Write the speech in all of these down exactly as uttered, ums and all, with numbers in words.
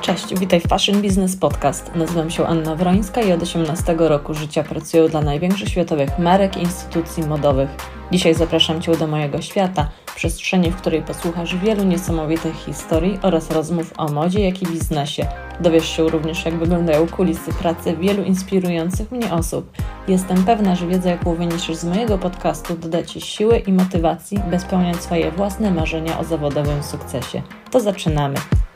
Cześć, witaj w Fashion Business Podcast. Nazywam się Anna Wrońska i od osiemnastego roku życia pracuję dla największych światowych marek i instytucji modowych. Dzisiaj zapraszam Cię do mojego świata, przestrzeni, w której posłuchasz wielu niesamowitych historii oraz rozmów o modzie, jak i biznesie. Dowiesz się również, jak wyglądają kulisy pracy wielu inspirujących mnie osób. Jestem pewna, że wiedza, jaką wyniesiesz z mojego podcastu, doda Ci siły i motywacji, by spełniać swoje własne marzenia o zawodowym sukcesie. To zaczynamy!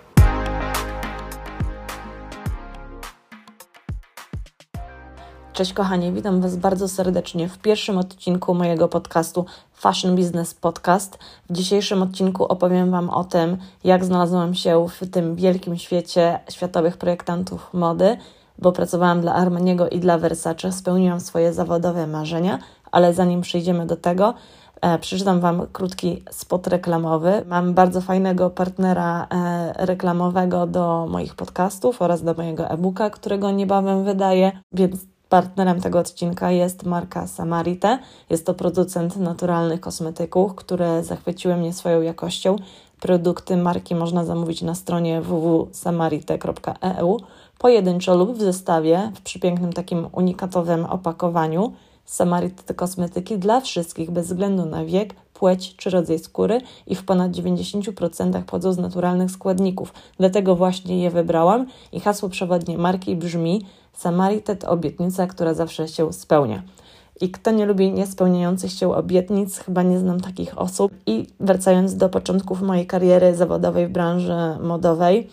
Cześć kochani, witam Was bardzo serdecznie w pierwszym odcinku mojego podcastu Fashion Business Podcast. W dzisiejszym odcinku opowiem Wam o tym, jak znalazłam się w tym wielkim świecie światowych projektantów mody, bo pracowałam dla Armaniego i dla Versace, spełniłam swoje zawodowe marzenia, ale zanim przejdziemy do tego, e, przeczytam Wam krótki spot reklamowy. Mam bardzo fajnego partnera e, reklamowego do moich podcastów oraz do mojego e-booka, którego niebawem wydaję, więc partnerem tego odcinka jest marka Samarite. Jest to producent naturalnych kosmetyków, które zachwyciły mnie swoją jakością. Produkty marki można zamówić na stronie w w w kropka samarite kropka e u pojedynczo lub w zestawie w przepięknym takim unikatowym opakowaniu. Samarite to kosmetyki dla wszystkich bez względu na wiek, płeć czy rodzaj skóry i w ponad dziewięćdziesiąt procent pochodzą z naturalnych składników. Dlatego właśnie je wybrałam i hasło przewodnie marki brzmi: Samarite to obietnica, która zawsze się spełnia. I kto nie lubi niespełniających się obietnic, chyba nie znam takich osób. I wracając do początków mojej kariery zawodowej w branży modowej,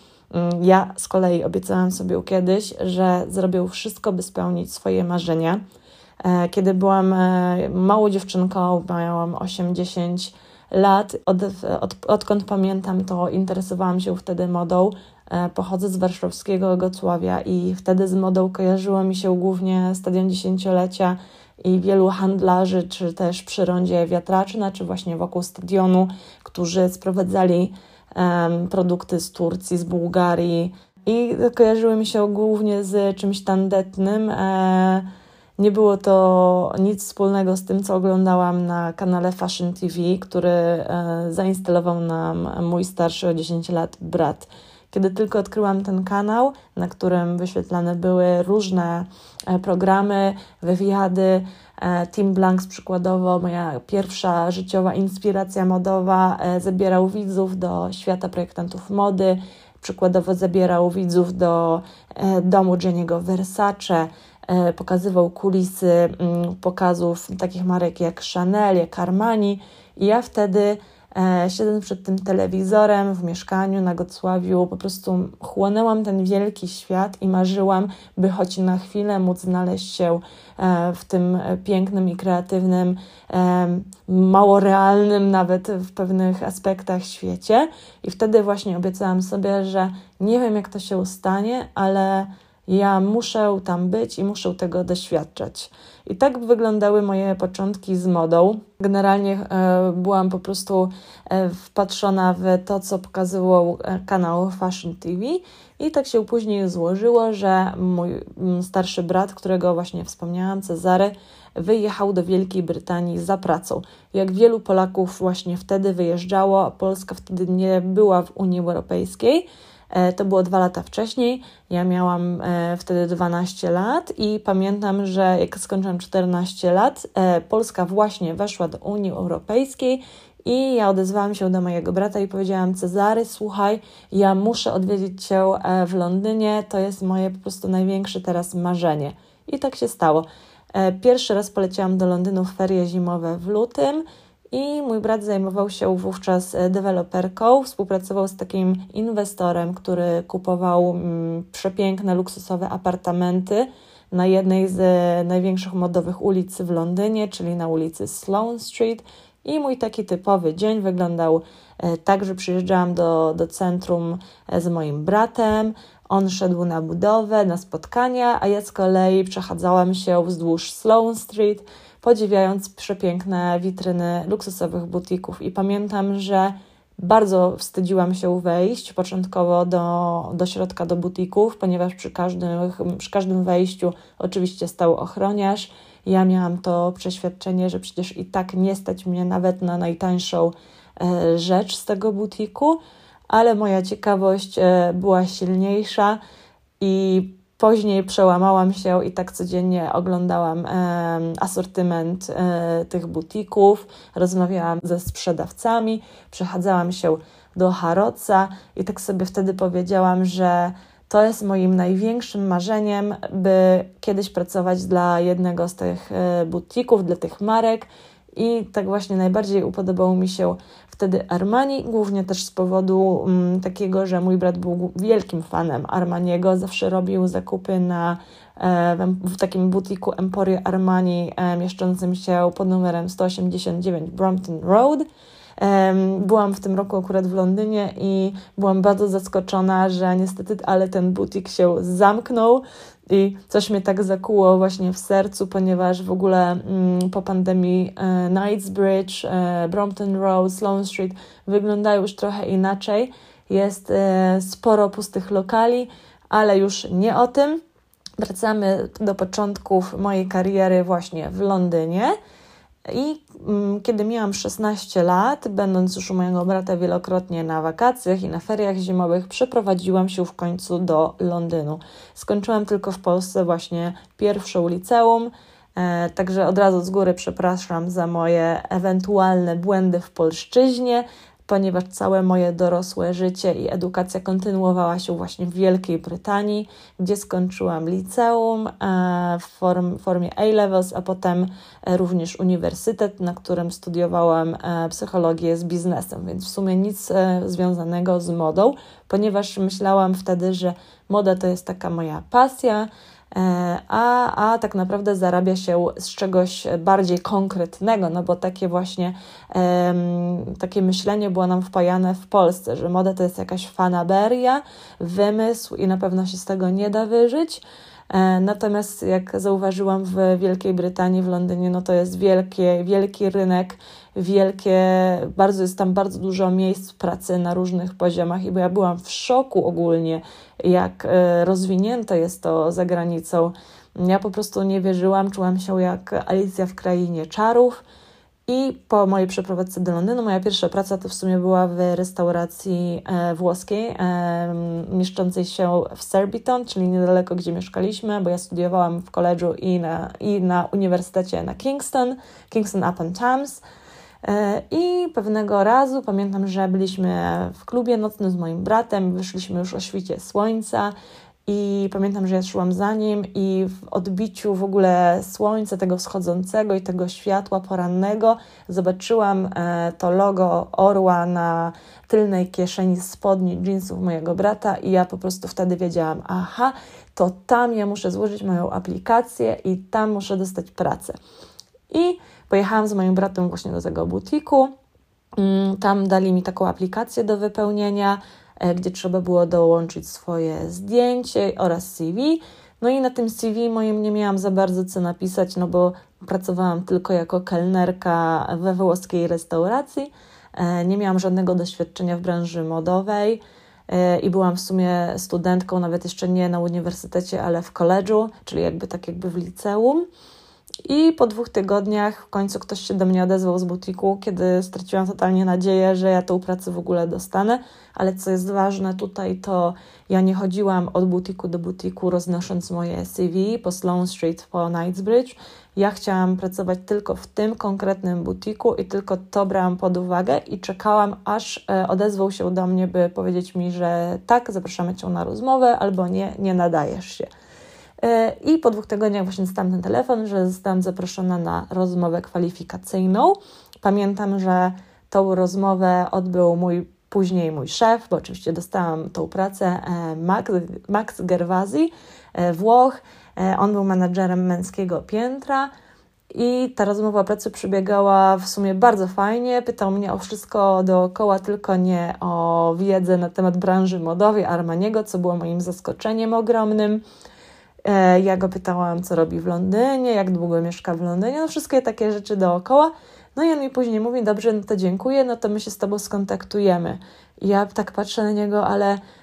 ja z kolei obiecałam sobie kiedyś, że zrobię wszystko, by spełnić swoje marzenia. Kiedy byłam małą dziewczynką, miałam osiem dziesięć lat, od, od, odkąd pamiętam, to interesowałam się wtedy modą. Pochodzę z warszawskiego Gocławia i wtedy z modą kojarzyło mi się głównie Stadion Dziesięciolecia i wielu handlarzy, czy też przy rondzie Wiatraczyna, czy właśnie wokół stadionu, którzy sprowadzali um, produkty z Turcji, z Bułgarii i kojarzyły mi się głównie z czymś tandetnym. E, nie było to nic wspólnego z tym, co oglądałam na kanale Fashion T V, który e, zainstalował nam mój starszy o dziesięć lat brat. Kiedy tylko odkryłam ten kanał, na którym wyświetlane były różne programy, wywiady, Team Blanks przykładowo, moja pierwsza życiowa inspiracja modowa, zabierał widzów do świata projektantów mody, przykładowo zabierał widzów do domu Gianniego Versace, pokazywał kulisy pokazów takich marek jak Chanel, jak Armani i ja wtedy E, siedząc przed tym telewizorem w mieszkaniu na Gocławiu, po prostu chłonęłam ten wielki świat i marzyłam, by choć na chwilę móc znaleźć się e, w tym pięknym i kreatywnym, e, mało realnym nawet w pewnych aspektach świecie. I wtedy właśnie obiecałam sobie, że nie wiem, jak to się stanie, ale ja muszę tam być i muszę tego doświadczać. I tak wyglądały moje początki z modą. Generalnie e, byłam po prostu e, wpatrzona w to, co pokazywał kanał Fashion T V i tak się później złożyło, że mój starszy brat, którego właśnie wspomniałam, Cezary, wyjechał do Wielkiej Brytanii za pracą. Jak wielu Polaków właśnie wtedy wyjeżdżało, a Polska wtedy nie była w Unii Europejskiej. To było dwa lata wcześniej, ja miałam e, wtedy dwanaście lat i pamiętam, że jak skończyłam czternaście lat, e, Polska właśnie weszła do Unii Europejskiej i ja odezwałam się do mojego brata i powiedziałam: Cezary, słuchaj, ja muszę odwiedzić Cię e, w Londynie, to jest moje po prostu największe teraz marzenie. I tak się stało. E, pierwszy raz poleciałam do Londynu w ferie zimowe w lutym, i mój brat zajmował się wówczas deweloperką, współpracował z takim inwestorem, który kupował mm, przepiękne, luksusowe apartamenty na jednej z największych modowych ulic w Londynie, czyli na ulicy Sloane Street. I mój taki typowy dzień wyglądał e, tak, że przyjeżdżałam do, do centrum z moim bratem, on szedł na budowę, na spotkania, a ja z kolei przechadzałam się wzdłuż Sloane Street, podziwiając przepiękne witryny luksusowych butików. I pamiętam, że bardzo wstydziłam się wejść początkowo do, do środka, do butików, ponieważ przy każdym, przy każdym wejściu oczywiście stał ochroniarz. Ja miałam to przeświadczenie, że przecież i tak nie stać mnie nawet na najtańszą e, rzecz z tego butiku, ale moja ciekawość była silniejsza i później przełamałam się i tak codziennie oglądałam e, asortyment e, tych butików, rozmawiałam ze sprzedawcami, przechadzałam się do Harrodsa i tak sobie wtedy powiedziałam, że to jest moim największym marzeniem, by kiedyś pracować dla jednego z tych e, butików, dla tych marek i tak właśnie najbardziej upodobało mi się wtedy Armani, głównie też z powodu um, takiego, że mój brat był wielkim fanem Armaniego, zawsze robił zakupy na, e, w, w takim butiku Emporio Armani e, mieszczącym się pod numerem sto osiemdziesiąt dziewięć Brompton Road. E, byłam w tym roku akurat w Londynie i byłam bardzo zaskoczona, że niestety, ale ten butik się zamknął. I coś mnie tak zakuło właśnie w sercu, ponieważ w ogóle mm, po pandemii e, Knightsbridge, e, Brompton Road, Sloane Street wyglądają już trochę inaczej. Jest e, sporo pustych lokali, ale już nie o tym. Wracamy do początków mojej kariery właśnie w Londynie. I mm, kiedy miałam szesnaście lat, będąc już u mojego brata wielokrotnie na wakacjach i na feriach zimowych, przeprowadziłam się w końcu do Londynu. Skończyłam tylko w Polsce właśnie pierwszą liceum, e, także od razu z góry przepraszam za moje ewentualne błędy w polszczyźnie, ponieważ całe moje dorosłe życie i edukacja kontynuowała się właśnie w Wielkiej Brytanii, gdzie skończyłam liceum e, w form, formie A-levels, a potem e, również uniwersytet, na którym studiowałam e, psychologię z biznesem, więc w sumie nic e, związanego z modą, ponieważ myślałam wtedy, że moda to jest taka moja pasja, A, a tak naprawdę zarabia się z czegoś bardziej konkretnego, no bo takie właśnie um, takie myślenie było nam wpajane w Polsce, że moda to jest jakaś fanaberia, wymysł i na pewno się z tego nie da wyżyć. E, natomiast jak zauważyłam w Wielkiej Brytanii, w Londynie, no to jest wielkie, wielki rynek, wielkie, bardzo jest tam bardzo dużo miejsc pracy na różnych poziomach i bo ja byłam w szoku ogólnie, jak e, rozwinięte jest to za granicą. Ja po prostu nie wierzyłam, czułam się jak Alicja w Krainie Czarów. I po mojej przeprowadzce do Londynu, moja pierwsza praca to w sumie była w restauracji e, włoskiej, e, mieszczącej się w Surbiton, czyli niedaleko, gdzie mieszkaliśmy, bo ja studiowałam w college'u i na, i na uniwersytecie na Kingston, Kingston upon Thames. E, I pewnego razu pamiętam, że byliśmy w klubie nocnym z moim bratem, wyszliśmy już o świcie słońca. I pamiętam, że ja szłam za nim i w odbiciu w ogóle słońca, tego wschodzącego i tego światła porannego zobaczyłam e, to logo orła na tylnej kieszeni spodni jeansów mojego brata i ja po prostu wtedy wiedziałam, aha, to tam ja muszę złożyć moją aplikację i tam muszę dostać pracę. I pojechałam z moim bratem właśnie do tego butiku, tam dali mi taką aplikację do wypełnienia, gdzie trzeba było dołączyć swoje zdjęcie oraz C V. No i na tym C V moim nie miałam za bardzo co napisać, no bo pracowałam tylko jako kelnerka we włoskiej restauracji. Nie miałam żadnego doświadczenia w branży modowej i byłam w sumie studentką, nawet jeszcze nie na uniwersytecie, ale w college'u, czyli jakby tak jakby w liceum. I po dwóch tygodniach w końcu ktoś się do mnie odezwał z butiku, kiedy straciłam totalnie nadzieję, że ja tę pracę w ogóle dostanę. Ale co jest ważne tutaj, to ja nie chodziłam od butiku do butiku, roznosząc moje C V po Sloane Street, po Knightsbridge. Ja chciałam pracować tylko w tym konkretnym butiku i tylko to brałam pod uwagę i czekałam, aż odezwał się do mnie, by powiedzieć mi, że tak, zapraszamy Cię na rozmowę, albo nie, nie nadajesz się. I po dwóch tygodniach właśnie dostałam ten telefon, że zostałam zaproszona na rozmowę kwalifikacyjną. Pamiętam, że tą rozmowę odbył mój później mój szef, bo oczywiście dostałam tą pracę, Max, Max Gervasi, Włoch. On był menadżerem męskiego piętra i ta rozmowa o pracy przebiegała w sumie bardzo fajnie. Pytał mnie o wszystko dookoła, tylko nie o wiedzę na temat branży modowej Armaniego, co było moim zaskoczeniem ogromnym. Ja go pytałam, co robi w Londynie, jak długo mieszka w Londynie, no wszystkie takie rzeczy dookoła. No i on mi później mówi, dobrze, no to dziękuję, no to my się z Tobą skontaktujemy. I ja tak patrzę na niego, ale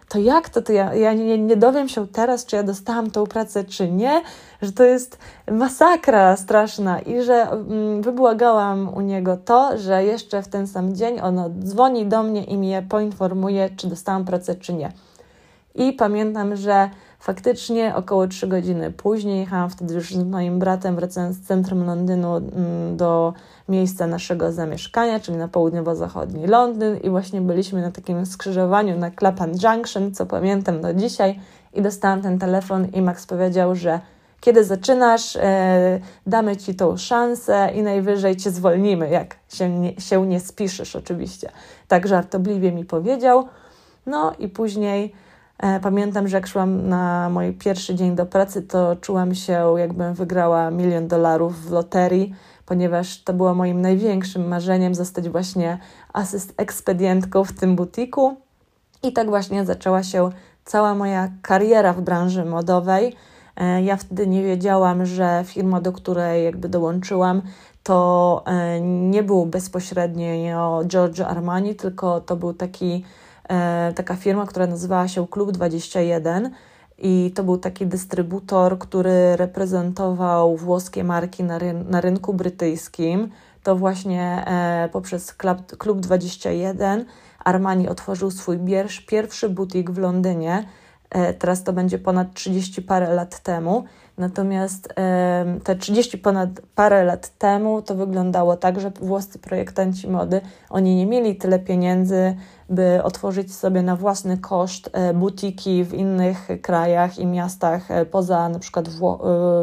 to jak to, to ja, ja nie, nie dowiem się teraz, czy ja dostałam tą pracę, czy nie, że to jest masakra straszna i że mm, wybłagałam u niego to, że jeszcze w ten sam dzień ono dzwoni do mnie i mnie poinformuje, czy dostałam pracę, czy nie. I pamiętam, że faktycznie około trzy godziny później jechałam wtedy już z moim bratem, wracając z centrum Londynu do miejsca naszego zamieszkania, czyli na południowo-zachodni Londyn i właśnie byliśmy na takim skrzyżowaniu na Clapham Junction, co pamiętam do dzisiaj i dostałam ten telefon i Max powiedział, że kiedy zaczynasz, e, damy Ci tą szansę i najwyżej Cię zwolnimy, jak się nie, się nie spiszysz oczywiście. Tak żartobliwie mi powiedział. No i później e, pamiętam, że jak szłam na mój pierwszy dzień do pracy, to czułam się, jakbym wygrała milion dolarów w loterii, ponieważ to było moim największym marzeniem zostać właśnie asyst ekspedientką w tym butiku. I tak właśnie zaczęła się cała moja kariera w branży modowej. Ja wtedy nie wiedziałam, że firma, do której jakby dołączyłam, to nie był bezpośrednio Giorgio Armani, tylko to był taki, taka firma, która nazywała się Klub dwadzieścia jeden i to był taki dystrybutor, który reprezentował włoskie marki na, ryn- na rynku brytyjskim. To właśnie poprzez Klub, Klub dwadzieścia jeden Armani otworzył swój bierz, pierwszy butik w Londynie. Teraz to będzie ponad trzydzieści parę lat temu, natomiast e, te trzydzieści ponad parę lat temu to wyglądało tak, że włoscy projektanci mody, oni nie mieli tyle pieniędzy, by otworzyć sobie na własny koszt e, butiki w innych krajach i miastach e, poza na przykład Wło-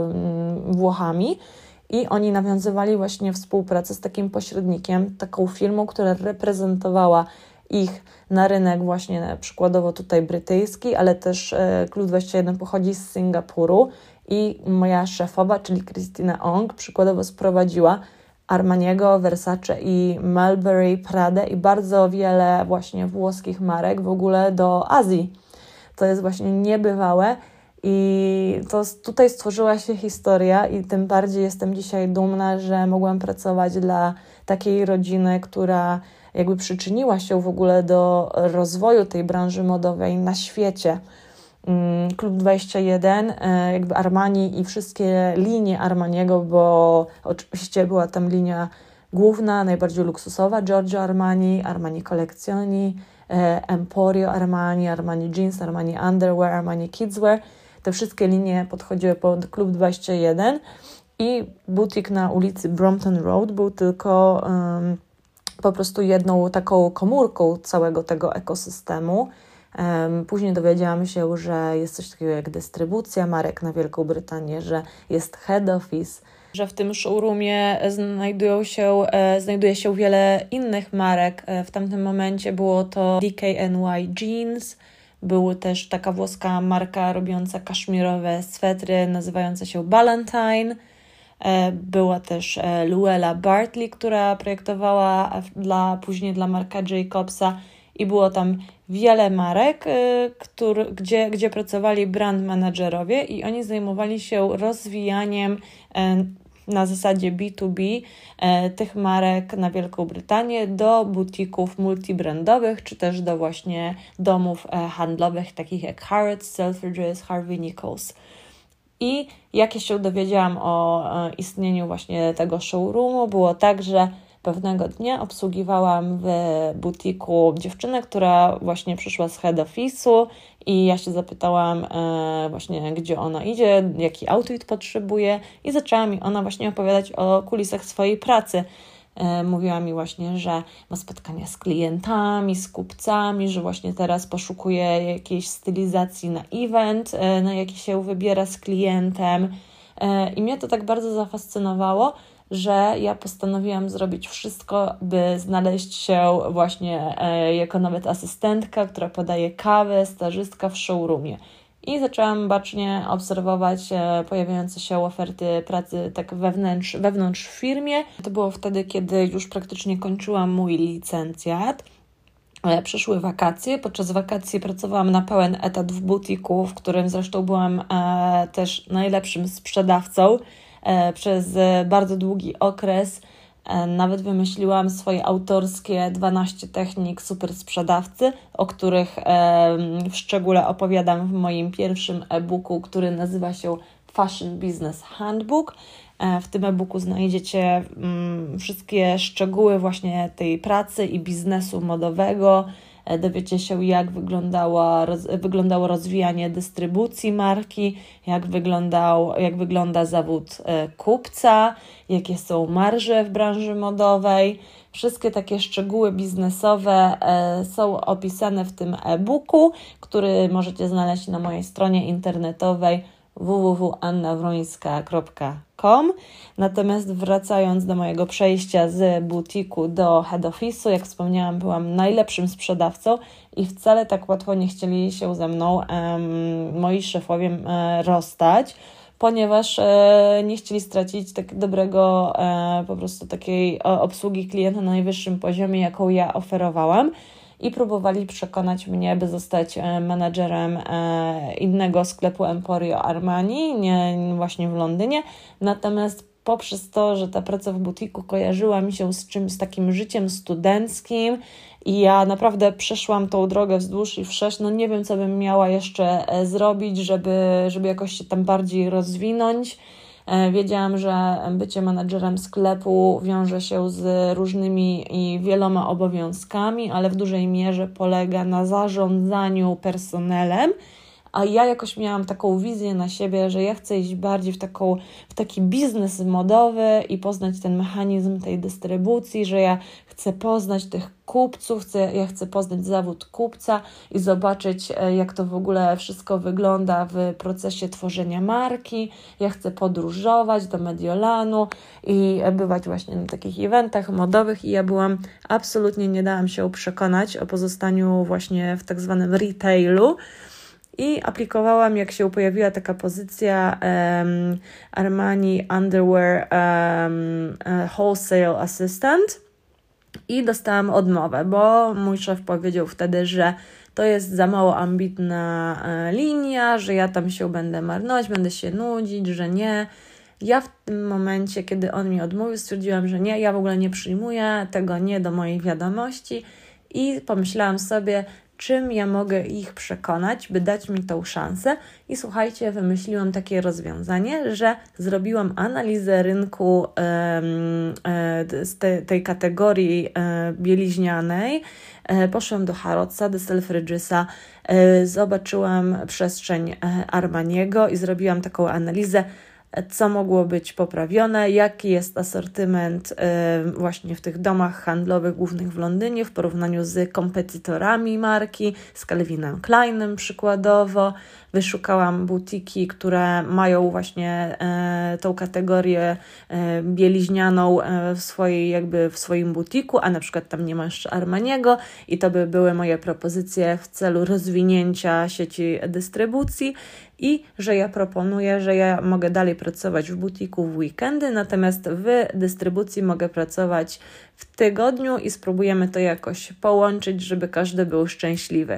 e, Włochami i oni nawiązywali właśnie współpracę z takim pośrednikiem, taką firmą, która reprezentowała ich na rynek właśnie przykładowo tutaj brytyjski, ale też e, Klub dwadzieścia jeden pochodzi z Singapuru i moja szefowa, czyli Christina Ong, przykładowo sprowadziła Armaniego, Versace i Mulberry, Pradę i bardzo wiele właśnie włoskich marek w ogóle do Azji. To jest właśnie niebywałe i to tutaj stworzyła się historia i tym bardziej jestem dzisiaj dumna, że mogłam pracować dla takiej rodziny, która jakby przyczyniła się w ogóle do rozwoju tej branży modowej na świecie. Klub dwadzieścia jeden, jakby Armani i wszystkie linie Armaniego, bo oczywiście była tam linia główna, najbardziej luksusowa, Giorgio Armani, Armani Collezioni, Emporio Armani, Armani Jeans, Armani Underwear, Armani Kidswear. Te wszystkie linie podchodziły pod Klub dwadzieścia jeden i butik na ulicy Brompton Road był tylko um, po prostu jedną taką komórką całego tego ekosystemu. Później dowiedziałam się, że jest coś takiego jak dystrybucja marek na Wielką Brytanię, że jest head office, że w tym showroomie znajdują się, znajduje się wiele innych marek. W tamtym momencie było to D K N Y Jeans, była też taka włoska marka robiąca kaszmirowe swetry nazywająca się Ballantine. Była też Luella Bartley, która projektowała dla, później dla Marca Jacobsa i było tam wiele marek, który, gdzie, gdzie pracowali brand managerowie i oni zajmowali się rozwijaniem na zasadzie B dwa B tych marek na Wielką Brytanię do butików multibrandowych, czy też do właśnie domów handlowych takich jak Harrods, Selfridges, Harvey Nichols. I jak ja się dowiedziałam o istnieniu właśnie tego showroomu, było tak, że pewnego dnia obsługiwałam w butiku dziewczynę, która właśnie przyszła z head office'u i ja się zapytałam e, właśnie, gdzie ona idzie, jaki outfit potrzebuje i zaczęła mi ona właśnie opowiadać o kulisach swojej pracy. E, mówiła mi właśnie, że ma spotkania z klientami, z kupcami, że właśnie teraz poszukuje jakiejś stylizacji na event, e, na jaki się wybiera z klientem e, i mnie to tak bardzo zafascynowało, że ja postanowiłam zrobić wszystko, by znaleźć się właśnie e, jako nawet asystentka, która podaje kawę, stażystka w showroomie. I zaczęłam bacznie obserwować e, pojawiające się oferty pracy tak wewnątrz, wewnątrz w firmie. To było wtedy, kiedy już praktycznie kończyłam mój licencjat. E, przyszły wakacje. Podczas wakacji pracowałam na pełen etat w butiku, w którym zresztą byłam e, też najlepszym sprzedawcą. Przez bardzo długi okres Nawet wymyśliłam swoje autorskie dwanaście technik super sprzedawcy, o których w szczególe opowiadam w moim pierwszym e-booku, który nazywa się Fashion Business Handbook. W tym e-booku znajdziecie wszystkie szczegóły właśnie tej pracy i biznesu modowego. Dowiecie się, jak wyglądało, roz, wyglądało rozwijanie dystrybucji marki, jak, wyglądał, jak wygląda zawód kupca, jakie są marże w branży modowej. Wszystkie takie szczegóły biznesowe są opisane w tym e-booku, który możecie znaleźć na mojej stronie internetowej w w w kropka anna wrońska kropka com. Natomiast wracając do mojego przejścia z butiku do head office'u, jak wspomniałam, byłam najlepszym sprzedawcą i wcale tak łatwo nie chcieli się ze mną um, moi szefowie um, rozstać, ponieważ e, nie chcieli stracić tak dobrego e, po prostu takiej obsługi klienta na najwyższym poziomie, jaką ja oferowałam. I próbowali przekonać mnie, by zostać menadżerem innego sklepu Emporio Armani, nie właśnie w Londynie. Natomiast poprzez to, że ta praca w butiku kojarzyła mi się z czymś, z takim życiem studenckim i ja naprawdę przeszłam tą drogę wzdłuż i wszerz, no nie wiem, co bym miała jeszcze zrobić, żeby, żeby jakoś się tam bardziej rozwinąć. Wiedziałam, że bycie menadżerem sklepu wiąże się z różnymi i wieloma obowiązkami, ale w dużej mierze polega na zarządzaniu personelem, a ja jakoś miałam taką wizję na siebie, że ja chcę iść bardziej w, taką, w taki biznes modowy i poznać ten mechanizm tej dystrybucji, że ja chcę poznać tych kupców, chcę, ja chcę poznać zawód kupca i zobaczyć, jak to w ogóle wszystko wygląda w procesie tworzenia marki. Ja chcę podróżować do Mediolanu i bywać właśnie na takich eventach modowych i ja byłam, absolutnie nie dałam się przekonać o pozostaniu właśnie w tak zwanym retailu. I aplikowałam, jak się pojawiła taka pozycja um, Armani Underwear um, uh, Wholesale Assistant i dostałam odmowę, bo mój szef powiedział wtedy, że to jest za mało ambitna uh, linia, że ja tam się będę marnować, będę się nudzić, że nie. Ja w tym momencie, kiedy on mi odmówił, stwierdziłam, że nie, ja w ogóle nie przyjmuję tego nie do mojej wiadomości i pomyślałam sobie, czym ja mogę ich przekonać, by dać mi tą szansę. I słuchajcie, wymyśliłam takie rozwiązanie, że zrobiłam analizę rynku um, z te, tej kategorii um, bieliźnianej. Um, poszłam do Harrodsa, do Selfridgesa, um, zobaczyłam przestrzeń um, Armaniego i zrobiłam taką analizę, co mogło być poprawione, jaki jest asortyment y, właśnie w tych domach handlowych głównych w Londynie w porównaniu z kompetytorami marki, z Calvinem Kleinem przykładowo. Wyszukałam butiki, które mają właśnie y, tą kategorię y, bieliźnianą y, w swojej jakby w swoim butiku, a na przykład tam nie ma jeszcze Armaniego i to by były moje propozycje w celu rozwinięcia sieci dystrybucji. I że ja proponuję, że ja mogę dalej pracować w butiku w weekendy, natomiast w dystrybucji mogę pracować w tygodniu i spróbujemy to jakoś połączyć, żeby każdy był szczęśliwy.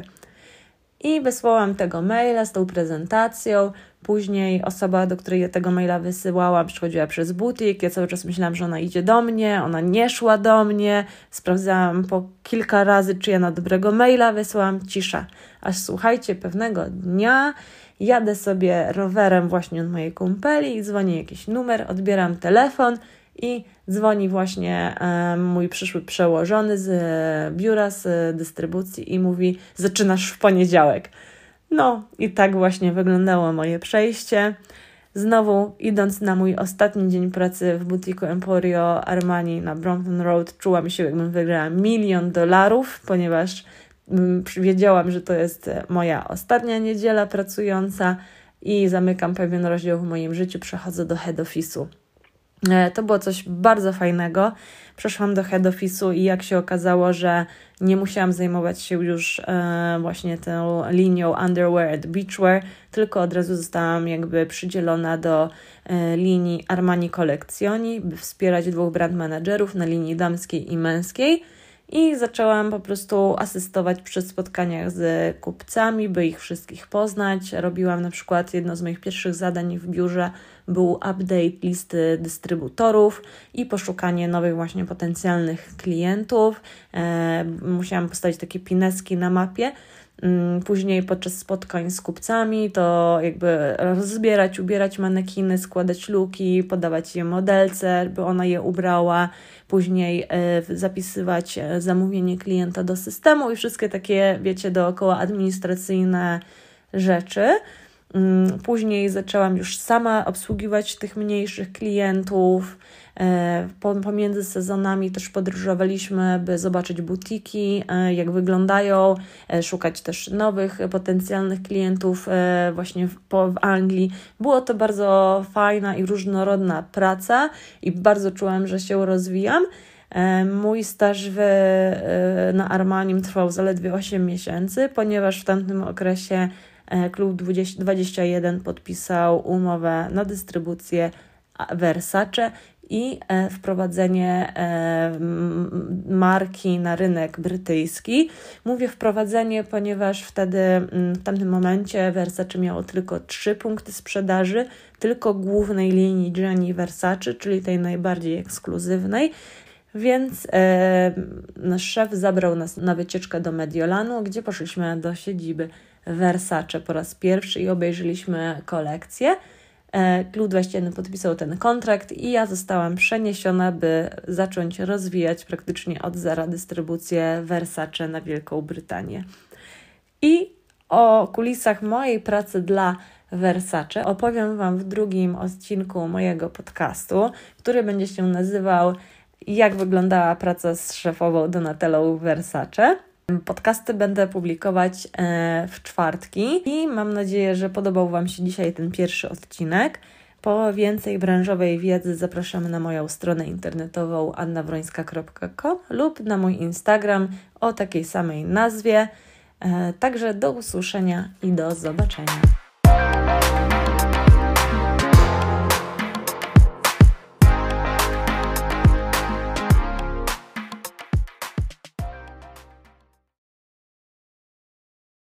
I wysłałam tego maila z tą prezentacją. Później osoba, do której ja tego maila wysyłałam, przychodziła przez butik. Ja cały czas myślałam, że ona idzie do mnie, ona nie szła do mnie. Sprawdzałam po kilka razy, czy ja na dobrego maila wysłałam. Cisza. Aż słuchajcie, pewnego dnia jadę sobie rowerem właśnie od mojej kumpeli i dzwoni jakiś numer, odbieram telefon i dzwoni właśnie e, mój przyszły przełożony z e, biura, z dystrybucji i mówi: zaczynasz w poniedziałek. No i tak właśnie wyglądało moje przejście. Znowu idąc na mój ostatni dzień pracy w butiku Emporio Armani na Brompton Road, czułam się, jakbym wygrała milion dolarów, ponieważ wiedziałam, że to jest moja ostatnia niedziela pracująca i zamykam pewien rozdział w moim życiu, przechodzę do head office'u. To było coś bardzo fajnego. Przeszłam do head office'u i jak się okazało, że nie musiałam zajmować się już e, właśnie tą linią underwear and beachwear, tylko od razu zostałam jakby przydzielona do e, linii Armani Collezioni, by wspierać dwóch brand managerów na linii damskiej i męskiej. i zaczęłam po prostu asystować przy spotkaniach z kupcami, by ich wszystkich poznać. Robiłam na przykład, jedno z moich pierwszych zadań w biurze był update listy dystrybutorów i poszukanie nowych właśnie potencjalnych klientów. E, musiałam postawić takie pineski na mapie. Później podczas spotkań z kupcami to jakby rozbierać, ubierać manekiny, składać luki, podawać je modelce, by ona je ubrała, później zapisywać zamówienie klienta do systemu i wszystkie takie, wiecie, dookoła administracyjne rzeczy. Później zaczęłam już sama obsługiwać tych mniejszych klientów. Pomiędzy sezonami też podróżowaliśmy, by zobaczyć butiki, jak wyglądają, szukać też nowych potencjalnych klientów właśnie w, po, w Anglii. Było to bardzo fajna i różnorodna praca i bardzo czułam, że się rozwijam. Mój staż w, na Armanim trwał zaledwie osiem miesięcy, ponieważ w tamtym okresie Klub dwadzieścia jeden podpisał umowę na dystrybucję Versace i wprowadzenie marki na rynek brytyjski. Mówię wprowadzenie, ponieważ wtedy w tamtym momencie Versace miało tylko trzy punkty sprzedaży, tylko głównej linii Gianni Versace, czyli tej najbardziej ekskluzywnej. Więc e, nasz szef zabrał nas na wycieczkę do Mediolanu, gdzie poszliśmy do siedziby Versace po raz pierwszy i obejrzeliśmy kolekcję. Klub dwadzieścia jeden podpisał ten kontrakt i ja zostałam przeniesiona, by zacząć rozwijać praktycznie od zera dystrybucję Versace na Wielką Brytanię. I o kulisach mojej pracy dla Versace opowiem Wam w drugim odcinku mojego podcastu, który będzie się nazywał Jak wyglądała praca z szefową Donatellą Versace. Podcasty będę publikować w czwartki i mam nadzieję, że podobał Wam się dzisiaj ten pierwszy odcinek. Po więcej branżowej wiedzy zapraszamy na moją stronę internetową anna wrońska kropka com lub na mój Instagram o takiej samej nazwie. Także do usłyszenia i do zobaczenia.